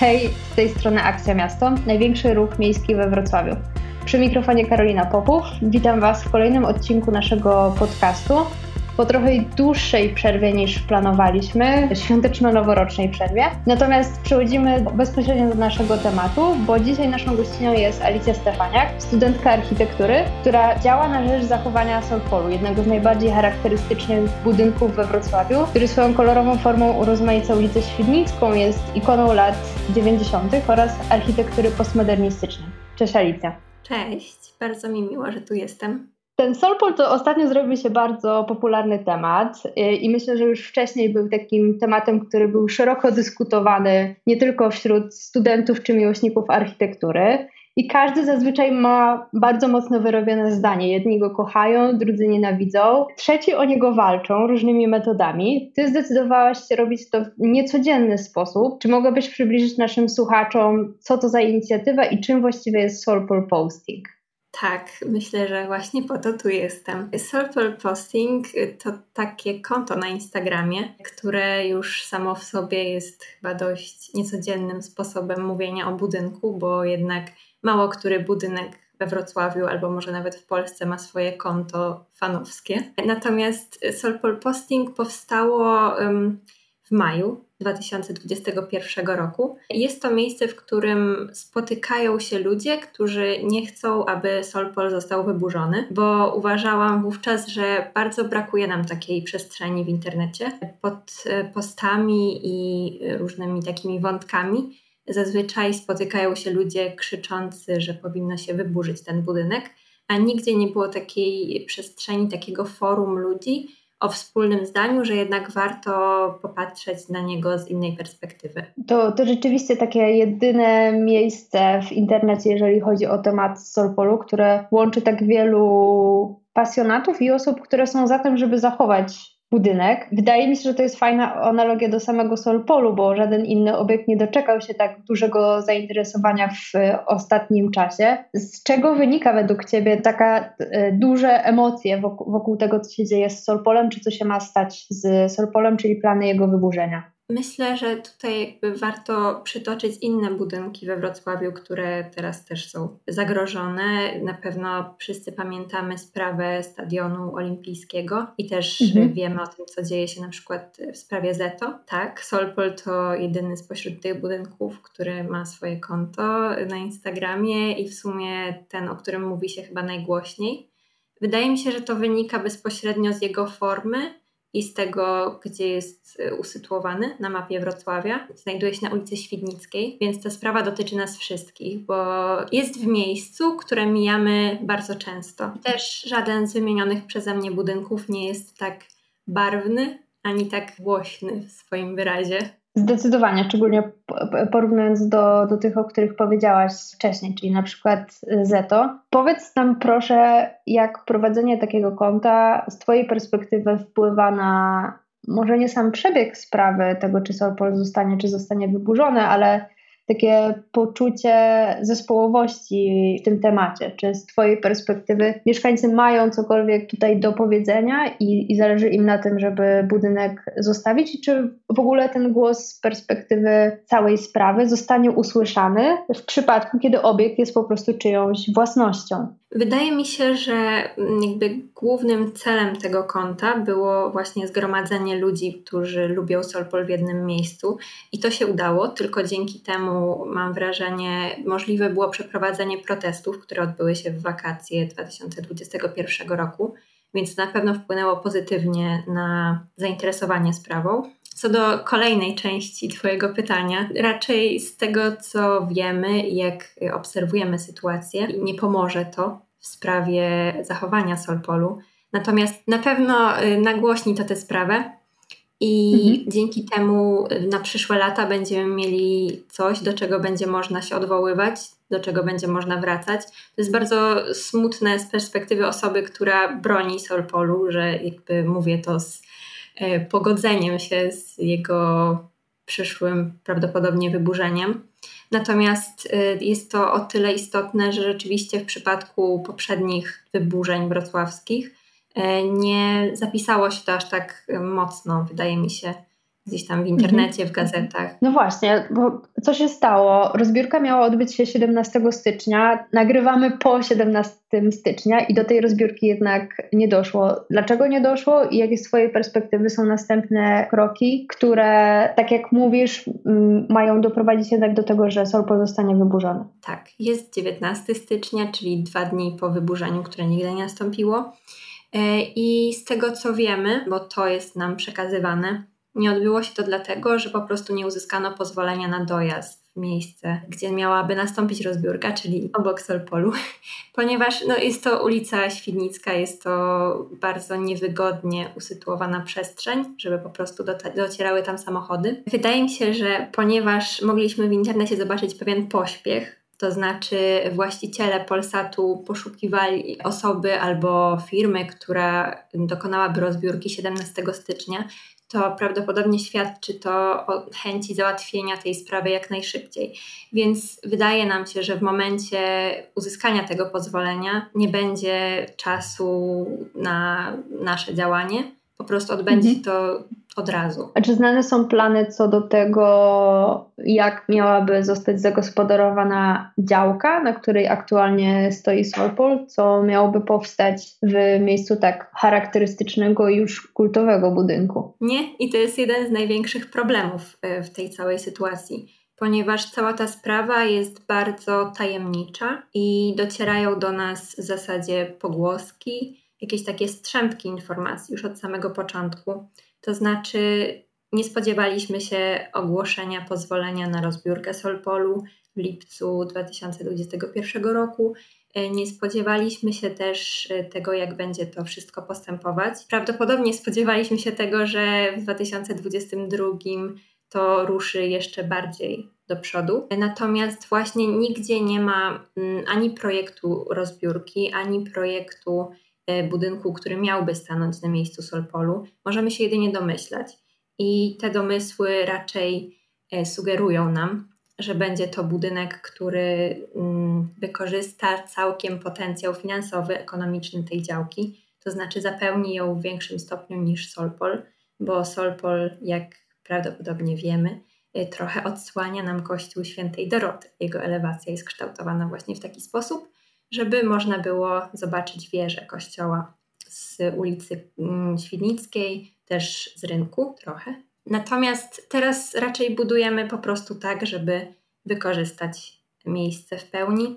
Hej, z tej strony Akcja Miasto, największy ruch miejski we Wrocławiu. Przy mikrofonie Karolina Popów. Witam Was w kolejnym odcinku naszego podcastu. Po trochę dłuższej przerwie niż planowaliśmy, świąteczno-noworocznej przerwie. Natomiast przechodzimy bezpośrednio do naszego tematu, bo dzisiaj naszą gościnią jest Alicja Stefaniak, studentka architektury, która działa na rzecz zachowania Solpolu, jednego z najbardziej charakterystycznych budynków we Wrocławiu, który swoją kolorową formą urozmaica ulicę Świdnicką, jest ikoną lat 90. oraz architektury postmodernistycznej. Cześć Alicja. Cześć, bardzo mi miło, że tu jestem. Ten Solpol to ostatnio zrobił się bardzo popularny temat i myślę, że już wcześniej był takim tematem, który był szeroko dyskutowany nie tylko wśród studentów czy miłośników architektury. I każdy zazwyczaj ma bardzo mocno wyrobione zdanie. Jedni go kochają, drudzy nienawidzą, trzeci o niego walczą różnymi metodami. Ty zdecydowałaś się robić to w niecodzienny sposób. Czy mogłabyś przybliżyć naszym słuchaczom, co to za inicjatywa i czym właściwie jest Solpol Posting? Tak, myślę, że właśnie po to tu jestem. Solpol Posting to takie konto na Instagramie, które już samo w sobie jest chyba dość niecodziennym sposobem mówienia o budynku, bo jednak mało który budynek we Wrocławiu albo może nawet w Polsce ma swoje konto fanowskie. Natomiast Solpol Posting powstało w maju 2021 roku. Jest to miejsce, w którym spotykają się ludzie, którzy nie chcą, aby Solpol został wyburzony, bo uważałam wówczas, że bardzo brakuje nam takiej przestrzeni w internecie. Pod postami i różnymi takimi wątkami zazwyczaj spotykają się ludzie krzyczący, że powinno się wyburzyć ten budynek, a nigdzie nie było takiej przestrzeni, takiego forum ludzi o wspólnym zdaniu, że jednak warto popatrzeć na niego z innej perspektywy. To rzeczywiście takie jedyne miejsce w internecie, jeżeli chodzi o temat Solpolu, które łączy tak wielu pasjonatów i osób, które są za tym, żeby zachować budynek. Wydaje mi się, że to jest fajna analogia do samego Solpolu, bo żaden inny obiekt nie doczekał się tak dużego zainteresowania w ostatnim czasie. Z czego wynika według Ciebie taka duże emocje wokół tego, co się dzieje z Solpolem, czy co się ma stać z Solpolem, czyli plany jego wyburzenia? Myślę, że tutaj warto przytoczyć inne budynki we Wrocławiu, które teraz też są zagrożone. Na pewno wszyscy pamiętamy sprawę Stadionu Olimpijskiego i też wiemy o tym, co dzieje się na przykład w sprawie Zeto. Tak, Solpol to jedyny spośród tych budynków, który ma swoje konto na Instagramie i w sumie ten, o którym mówi się chyba najgłośniej. Wydaje mi się, że to wynika bezpośrednio z jego formy i z tego, gdzie jest usytuowany na mapie Wrocławia. Znajduje się na ulicy Świdnickiej, więc ta sprawa dotyczy nas wszystkich, bo jest w miejscu, które mijamy bardzo często. Też żaden z wymienionych przeze mnie budynków nie jest tak barwny, ani tak głośny w swoim wyrazie. Zdecydowanie, szczególnie porównując do tych, o których powiedziałaś wcześniej, czyli na przykład Zeto. Powiedz nam proszę, jak prowadzenie takiego konta z Twojej perspektywy wpływa na może nie sam przebieg sprawy tego, czy Solpol zostanie, czy zostanie wyburzony, ale takie poczucie zespołowości w tym temacie. Czy z Twojej perspektywy mieszkańcy mają cokolwiek tutaj do powiedzenia i zależy im na tym, żeby budynek zostawić? I czy w ogóle ten głos z perspektywy całej sprawy zostanie usłyszany w przypadku, kiedy obiekt jest po prostu czyjąś własnością? Wydaje mi się, że jakby głównym celem tego konta było właśnie zgromadzenie ludzi, którzy lubią Solpol w jednym miejscu i to się udało, tylko dzięki temu mam wrażenie możliwe było przeprowadzenie protestów, które odbyły się w wakacje 2021 roku, więc na pewno wpłynęło pozytywnie na zainteresowanie sprawą. Co do kolejnej części Twojego pytania, raczej z tego, co wiemy i jak obserwujemy sytuację, nie pomoże to w sprawie zachowania Solpolu. Natomiast na pewno nagłośni to tę sprawę i dzięki temu na przyszłe lata będziemy mieli coś, do czego będzie można się odwoływać, do czego będzie można wracać. To jest bardzo smutne z perspektywy osoby, która broni Solpolu, że jakby mówię to z pogodzeniem się z jego przyszłym prawdopodobnie wyburzeniem. Natomiast jest to o tyle istotne, że rzeczywiście w przypadku poprzednich wyburzeń wrocławskich nie zapisało się to aż tak mocno, wydaje mi się, gdzieś tam w internecie, w gazetach. No właśnie, bo co się stało? Rozbiórka miała odbyć się 17 stycznia, nagrywamy po 17 stycznia i do tej rozbiórki jednak nie doszło. Dlaczego nie doszło i jakie z twojej perspektywy są następne kroki, które, tak jak mówisz, mają doprowadzić jednak do tego, że Solpol zostanie wyburzony? Tak, jest 19 stycznia, czyli 2 dni po wyburzeniu, które nigdy nie nastąpiło. I z tego co wiemy, bo to jest nam przekazywane, nie odbyło się to dlatego, że po prostu nie uzyskano pozwolenia na dojazd w miejsce, gdzie miałaby nastąpić rozbiórka, czyli obok Solpolu, ponieważ jest to ulica Świdnicka, jest to bardzo niewygodnie usytuowana przestrzeń, żeby po prostu docierały tam samochody. Wydaje mi się, że ponieważ mogliśmy w internecie zobaczyć pewien pośpiech, to znaczy właściciele Polsatu poszukiwali osoby albo firmy, która dokonałaby rozbiórki 17 stycznia, to prawdopodobnie świadczy to o chęci załatwienia tej sprawy jak najszybciej. Więc wydaje nam się, że w momencie uzyskania tego pozwolenia nie będzie czasu na nasze działanie. Po prostu odbędzie się to od razu. A czy znane są plany co do tego, jak miałaby zostać zagospodarowana działka, na której aktualnie stoi Solpol, co miałoby powstać w miejscu tak charakterystycznego i już kultowego budynku? Nie, i to jest jeden z największych problemów w tej całej sytuacji, ponieważ cała ta sprawa jest bardzo tajemnicza i docierają do nas w zasadzie pogłoski, jakieś takie strzępki informacji już od samego początku. To znaczy nie spodziewaliśmy się ogłoszenia pozwolenia na rozbiórkę Solpolu w lipcu 2021 roku. Nie spodziewaliśmy się też tego, jak będzie to wszystko postępować. Prawdopodobnie spodziewaliśmy się tego, że w 2022 to ruszy jeszcze bardziej do przodu. Natomiast właśnie nigdzie nie ma ani projektu rozbiórki, ani projektu budynku, który miałby stanąć na miejscu Solpolu. Możemy się jedynie domyślać. I te domysły raczej sugerują nam, że będzie to budynek, który wykorzysta całkiem potencjał finansowy, ekonomiczny tej działki, to znaczy zapełni ją w większym stopniu niż Solpol, bo Solpol, jak prawdopodobnie wiemy, trochę odsłania nam kościół Świętej Doroty. Jego elewacja jest kształtowana właśnie w taki sposób, żeby można było zobaczyć wieżę kościoła z ulicy Świdnickiej, też z rynku trochę. Natomiast teraz raczej budujemy po prostu tak, żeby wykorzystać miejsce w pełni.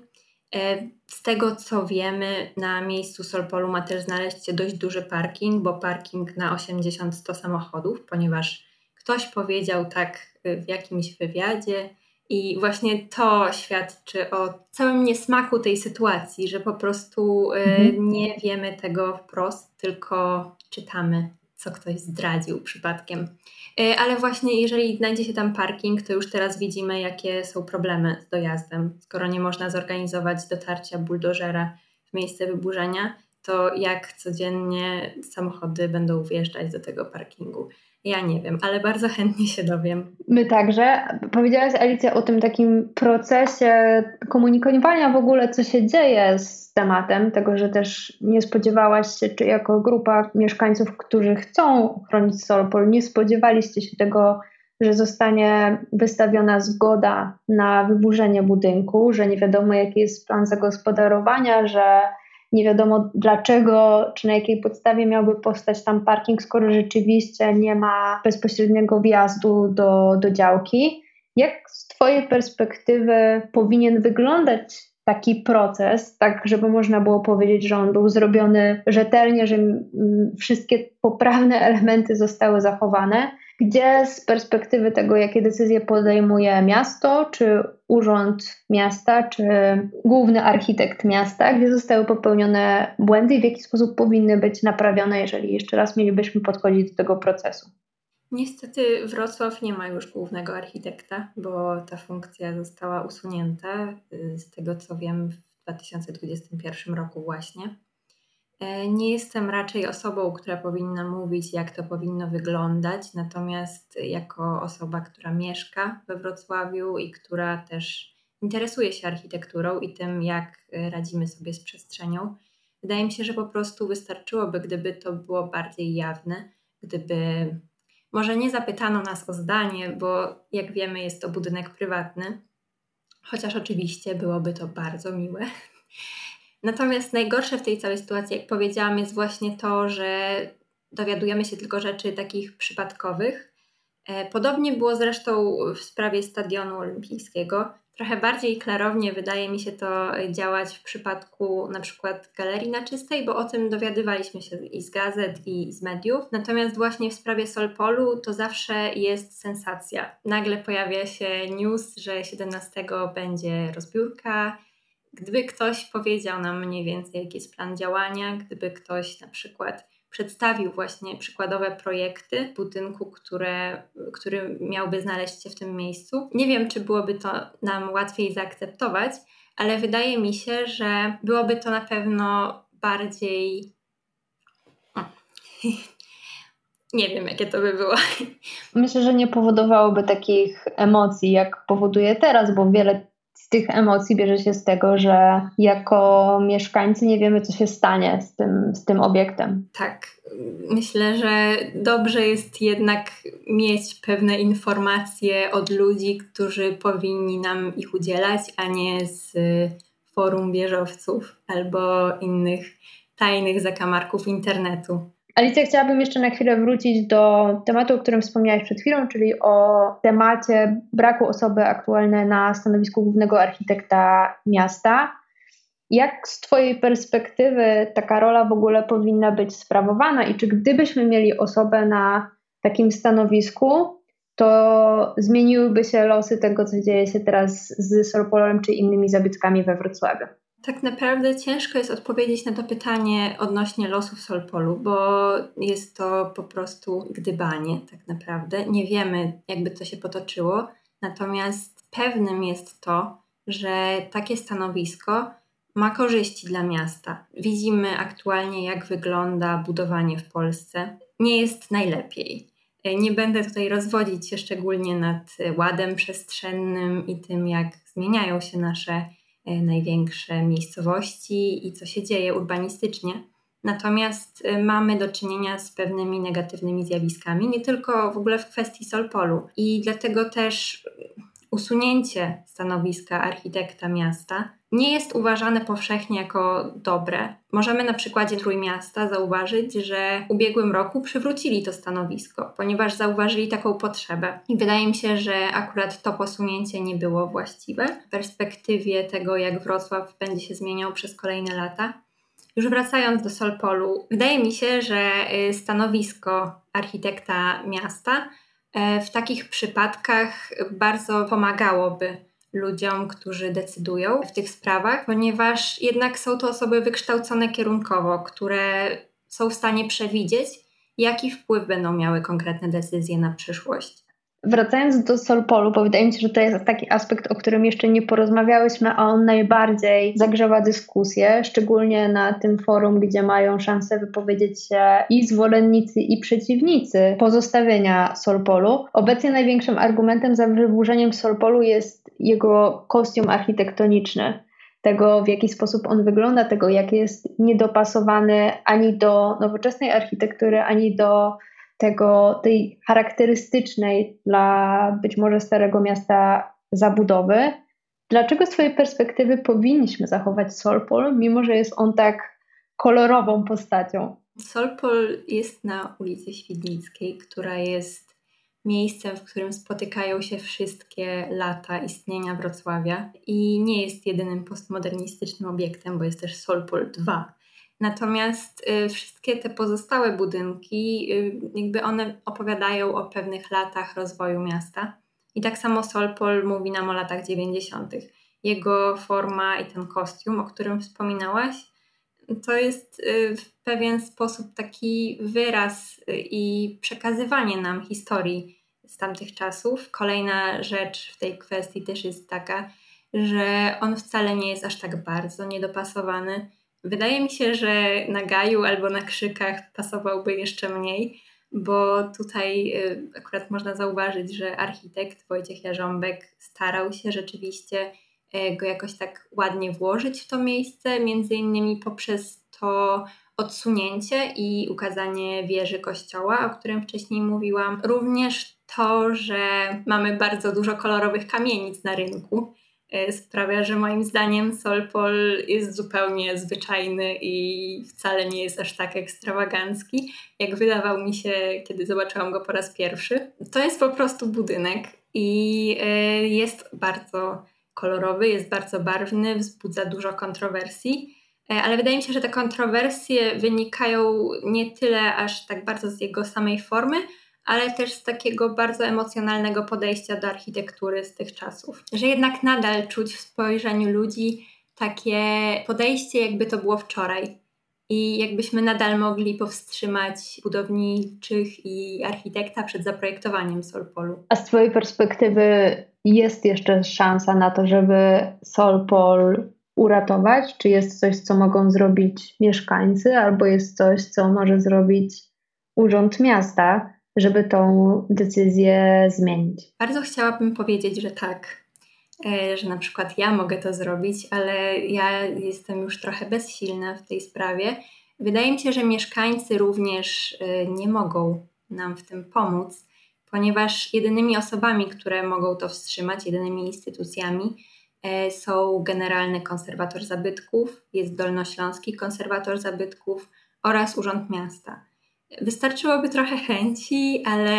Z tego co wiemy, na miejscu Solpolu ma też znaleźć się dość duży parking, bo parking na 80-100 samochodów, ponieważ ktoś powiedział tak w jakimś wywiadzie i właśnie to świadczy o całym niesmaku tej sytuacji, że po prostu nie wiemy tego wprost, tylko czytamy, co ktoś zdradził przypadkiem. Ale właśnie jeżeli znajdzie się tam parking, to już teraz widzimy, jakie są problemy z dojazdem. Skoro nie można zorganizować dotarcia buldożera w miejsce wyburzenia, to jak codziennie samochody będą wjeżdżać do tego parkingu? Ja nie wiem, ale bardzo chętnie się dowiem. My także. Powiedziałaś, Alicja, o tym takim procesie komunikowania w ogóle, co się dzieje z tematem, tego, że też nie spodziewałaś się, czy jako grupa mieszkańców, którzy chcą chronić Solpol, nie spodziewaliście się tego, że zostanie wystawiona zgoda na wyburzenie budynku, że nie wiadomo, jaki jest plan zagospodarowania, że nie wiadomo dlaczego, czy na jakiej podstawie miałby powstać tam parking, skoro rzeczywiście nie ma bezpośredniego wjazdu do działki. Jak z twojej perspektywy powinien wyglądać taki proces, tak żeby można było powiedzieć, że on był zrobiony rzetelnie, że wszystkie poprawne elementy zostały zachowane? Gdzie z perspektywy tego, jakie decyzje podejmuje miasto, czy urząd miasta, czy główny architekt miasta, gdzie zostały popełnione błędy i w jaki sposób powinny być naprawione, jeżeli jeszcze raz mielibyśmy podchodzić do tego procesu? Niestety Wrocław nie ma już głównego architekta, bo ta funkcja została usunięta, z tego co wiem, w 2021 roku właśnie. Nie jestem raczej osobą, która powinna mówić, jak to powinno wyglądać, natomiast jako osoba, która mieszka we Wrocławiu i która też interesuje się architekturą i tym, jak radzimy sobie z przestrzenią, wydaje mi się, że po prostu wystarczyłoby, gdyby to było bardziej jawne, gdyby Może nie zapytano nas o zdanie, bo jak wiemy jest to budynek prywatny, chociaż oczywiście byłoby to bardzo miłe. Natomiast najgorsze w tej całej sytuacji, jak powiedziałam, jest właśnie to, że dowiadujemy się tylko rzeczy takich przypadkowych. Podobnie było zresztą w sprawie Stadionu Olimpijskiego. Trochę bardziej klarownie wydaje mi się to działać w przypadku na przykład Galerii Naczystej, bo o tym dowiadywaliśmy się i z gazet, i z mediów. Natomiast właśnie w sprawie Solpolu to zawsze jest sensacja. Nagle pojawia się news, że 17 będzie rozbiórka. Gdyby ktoś powiedział nam mniej więcej, jaki jest plan działania, gdyby ktoś na przykład przedstawił właśnie przykładowe projekty budynku, który miałby znaleźć się w tym miejscu. Nie wiem, czy byłoby to nam łatwiej zaakceptować, ale wydaje mi się, że byłoby to na pewno bardziej... Nie wiem, jakie to by było. Myślę, że nie powodowałoby takich emocji, jak powoduje teraz, bo wiele z tych emocji bierze się z tego, że jako mieszkańcy nie wiemy, co się stanie z tym obiektem. Tak, myślę, że dobrze jest jednak mieć pewne informacje od ludzi, którzy powinni nam ich udzielać, a nie z forum wieżowców albo innych tajnych zakamarków internetu. Alicja, chciałabym jeszcze na chwilę wrócić do tematu, o którym wspomniałaś przed chwilą, czyli o temacie braku osoby aktualnej na stanowisku głównego architekta miasta. Jak z Twojej perspektywy taka rola w ogóle powinna być sprawowana i czy gdybyśmy mieli osobę na takim stanowisku, to zmieniłyby się losy tego, co dzieje się teraz z Solpolem czy innymi zabytkami we Wrocławiu? Tak naprawdę ciężko jest odpowiedzieć na to pytanie odnośnie losów Solpolu, bo jest to po prostu gdybanie tak naprawdę. Nie wiemy, jakby to się potoczyło, natomiast pewnym jest to, że takie stanowisko ma korzyści dla miasta. Widzimy aktualnie, jak wygląda budowanie w Polsce. Nie jest najlepiej. Nie będę tutaj rozwodzić się szczególnie nad ładem przestrzennym i tym, jak zmieniają się nasze największe miejscowości i co się dzieje urbanistycznie. Natomiast mamy do czynienia z pewnymi negatywnymi zjawiskami, nie tylko w ogóle w kwestii Solpolu. I dlatego też usunięcie stanowiska architekta miasta nie jest uważane powszechnie jako dobre. Możemy na przykładzie Trójmiasta zauważyć, że w ubiegłym roku przywrócili to stanowisko, ponieważ zauważyli taką potrzebę. I wydaje mi się, że akurat to posunięcie nie było właściwe w perspektywie tego, jak Wrocław będzie się zmieniał przez kolejne lata. Już wracając do Solpolu, wydaje mi się, że stanowisko architekta miasta w takich przypadkach bardzo pomagałoby ludziom, którzy decydują w tych sprawach, ponieważ jednak są to osoby wykształcone kierunkowo, które są w stanie przewidzieć, jaki wpływ będą miały konkretne decyzje na przyszłość. Wracając do Solpolu, bo wydaje mi się, że to jest taki aspekt, o którym jeszcze nie porozmawiałyśmy, a on najbardziej zagrzewa dyskusję, szczególnie na tym forum, gdzie mają szansę wypowiedzieć się i zwolennicy, i przeciwnicy pozostawienia Solpolu. Obecnie największym argumentem za wyburzeniem Solpolu jest jego kostium architektoniczny. Tego, w jaki sposób on wygląda, tego, jak jest niedopasowany ani do nowoczesnej architektury, ani do tej charakterystycznej dla być może Starego Miasta zabudowy. Dlaczego z Twojej perspektywy powinniśmy zachować Solpol, mimo że jest on tak kolorową postacią? Solpol jest na ulicy Świdnickiej, która jest miejscem, w którym spotykają się wszystkie lata istnienia Wrocławia i nie jest jedynym postmodernistycznym obiektem, bo jest też Solpol 2. Natomiast wszystkie te pozostałe budynki, jakby one opowiadają o pewnych latach rozwoju miasta. I tak samo Solpol mówi nam o latach 90. Jego forma i ten kostium, o którym wspominałaś, to jest w pewien sposób taki wyraz i przekazywanie nam historii z tamtych czasów. Kolejna rzecz w tej kwestii też jest taka, że on wcale nie jest aż tak bardzo niedopasowany. Wydaje mi się, że na Gaju albo na Krzykach pasowałby jeszcze mniej, bo tutaj akurat można zauważyć, że architekt Wojciech Jarząbek starał się rzeczywiście go jakoś tak ładnie włożyć w to miejsce, między innymi poprzez to, odsunięcie i ukazanie wieży kościoła, o którym wcześniej mówiłam. Również to, że mamy bardzo dużo kolorowych kamienic na rynku, sprawia, że moim zdaniem Solpol jest zupełnie zwyczajny i wcale nie jest aż tak ekstrawagancki, jak wydawał mi się, kiedy zobaczyłam go po raz pierwszy. To jest po prostu budynek i jest bardzo kolorowy, jest bardzo barwny, wzbudza dużo kontrowersji, ale wydaje mi się, że te kontrowersje wynikają nie tyle aż tak bardzo z jego samej formy, ale też z takiego bardzo emocjonalnego podejścia do architektury z tych czasów. Że jednak nadal czuć w spojrzeniu ludzi takie podejście, jakby to było wczoraj. I jakbyśmy nadal mogli powstrzymać budowniczych i architekta przed zaprojektowaniem Solpolu. A z twojej perspektywy jest jeszcze szansa na to, żeby Solpol uratować? Czy jest coś, co mogą zrobić mieszkańcy, albo jest coś, co może zrobić Urząd Miasta, żeby tą decyzję zmienić? Bardzo chciałabym powiedzieć, że tak, że na przykład ja mogę to zrobić, ale ja jestem już trochę bezsilna w tej sprawie. Wydaje mi się, że mieszkańcy również nie mogą nam w tym pomóc, ponieważ jedynymi osobami, które mogą to wstrzymać, jedynymi instytucjami są Generalny Konserwator Zabytków, jest Dolnośląski Konserwator Zabytków oraz Urząd Miasta. Wystarczyłoby trochę chęci, ale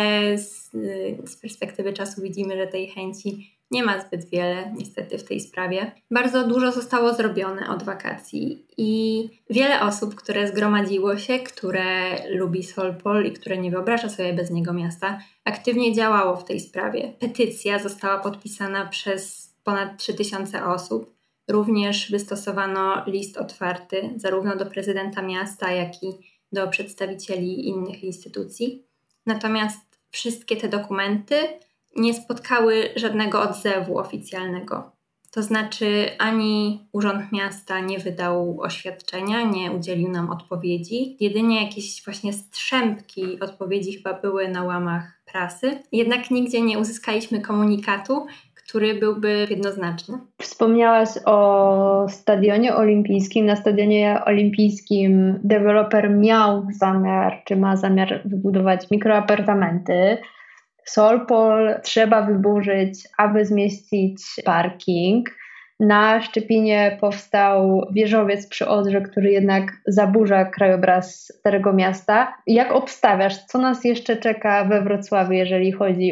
z perspektywy czasu widzimy, że tej chęci nie ma zbyt wiele niestety w tej sprawie. Bardzo dużo zostało zrobione od wakacji i wiele osób, które zgromadziło się, które lubi Solpol i które nie wyobraża sobie bez niego miasta, aktywnie działało w tej sprawie. Petycja została podpisana przez ponad 3000 osób. Również wystosowano list otwarty zarówno do prezydenta miasta, jak i do przedstawicieli innych instytucji. Natomiast wszystkie te dokumenty nie spotkały żadnego odzewu oficjalnego. To znaczy ani Urząd Miasta nie wydał oświadczenia, nie udzielił nam odpowiedzi. Jedynie jakieś właśnie strzępki odpowiedzi chyba były na łamach prasy. Jednak nigdzie nie uzyskaliśmy komunikatu, który byłby jednoznaczny. Wspomniałaś o Stadionie Olimpijskim. Na Stadionie Olimpijskim deweloper miał zamiar, czy ma zamiar wybudować mikroapartamenty. Solpol trzeba wyburzyć, aby zmieścić parking. Na Szczepinie powstał wieżowiec przy Odrze, który jednak zaburza krajobraz Starego Miasta. Jak obstawiasz, co nas jeszcze czeka we Wrocławiu, jeżeli chodzi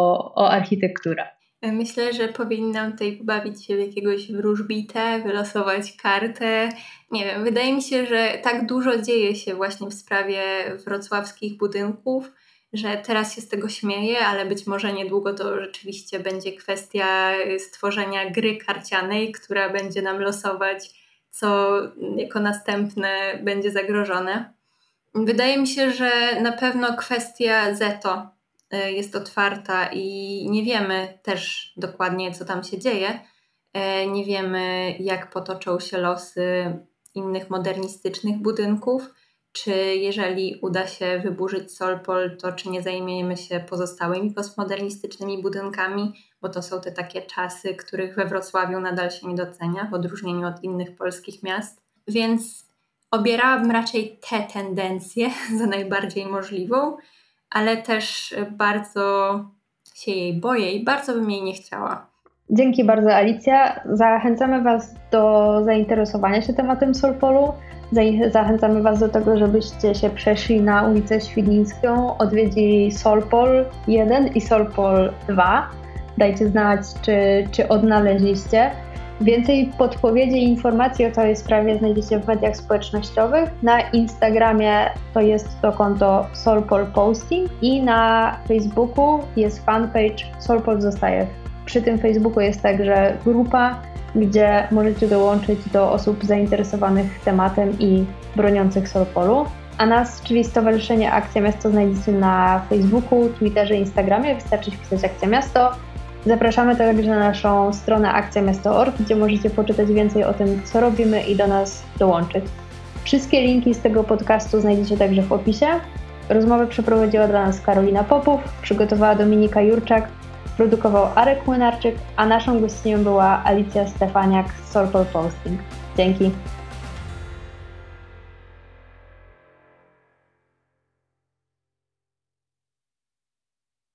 o architekturę? Myślę, że powinnam tutaj pobawić się w jakiegoś wróżbitę, wylosować kartę. Nie wiem, wydaje mi się, że tak dużo dzieje się właśnie w sprawie wrocławskich budynków, że teraz się z tego śmieję, ale być może niedługo to rzeczywiście będzie kwestia stworzenia gry karcianej, która będzie nam losować, co jako następne będzie zagrożone. Wydaje mi się, że na pewno kwestia Zeto jest otwarta i nie wiemy też dokładnie, co tam się dzieje. Nie wiemy, jak potoczą się losy innych modernistycznych budynków, czy jeżeli uda się wyburzyć Solpol, to czy nie zajmiemy się pozostałymi postmodernistycznymi budynkami, bo to są te takie czasy, których we Wrocławiu nadal się nie docenia, w odróżnieniu od innych polskich miast. Więc obierałabym raczej tę tendencję za najbardziej możliwą, ale też bardzo się jej boję i bardzo bym jej nie chciała. Dzięki bardzo, Alicja. Zachęcamy Was do zainteresowania się tematem Solpolu. Zachęcamy Was do tego, żebyście się przeszli na ulicę Świdnicką, odwiedzili Solpol 1 i Solpol 2. Dajcie znać, czy odnaleźliście. Więcej podpowiedzi i informacji o tej sprawie znajdziecie w mediach społecznościowych. Na Instagramie to jest to konto Solpol Posting i na Facebooku jest fanpage Solpol Zostaje. Przy tym Facebooku jest także grupa, gdzie możecie dołączyć do osób zainteresowanych tematem i broniących Solpolu. A nas, czyli Stowarzyszenie Akcja Miasto, znajdziecie na Facebooku, Twitterze, Instagramie. Wystarczy wpisać Akcja Miasto. Zapraszamy także na naszą stronę akcjamiasto.org, gdzie możecie poczytać więcej o tym, co robimy i do nas dołączyć. Wszystkie linki z tego podcastu znajdziecie także w opisie. Rozmowę przeprowadziła dla nas Karolina Popów, przygotowała Dominika Jurczak, produkował Arek Młynarczyk, a naszą gościnią była Alicja Stefaniak z Solpol Posting. Dzięki.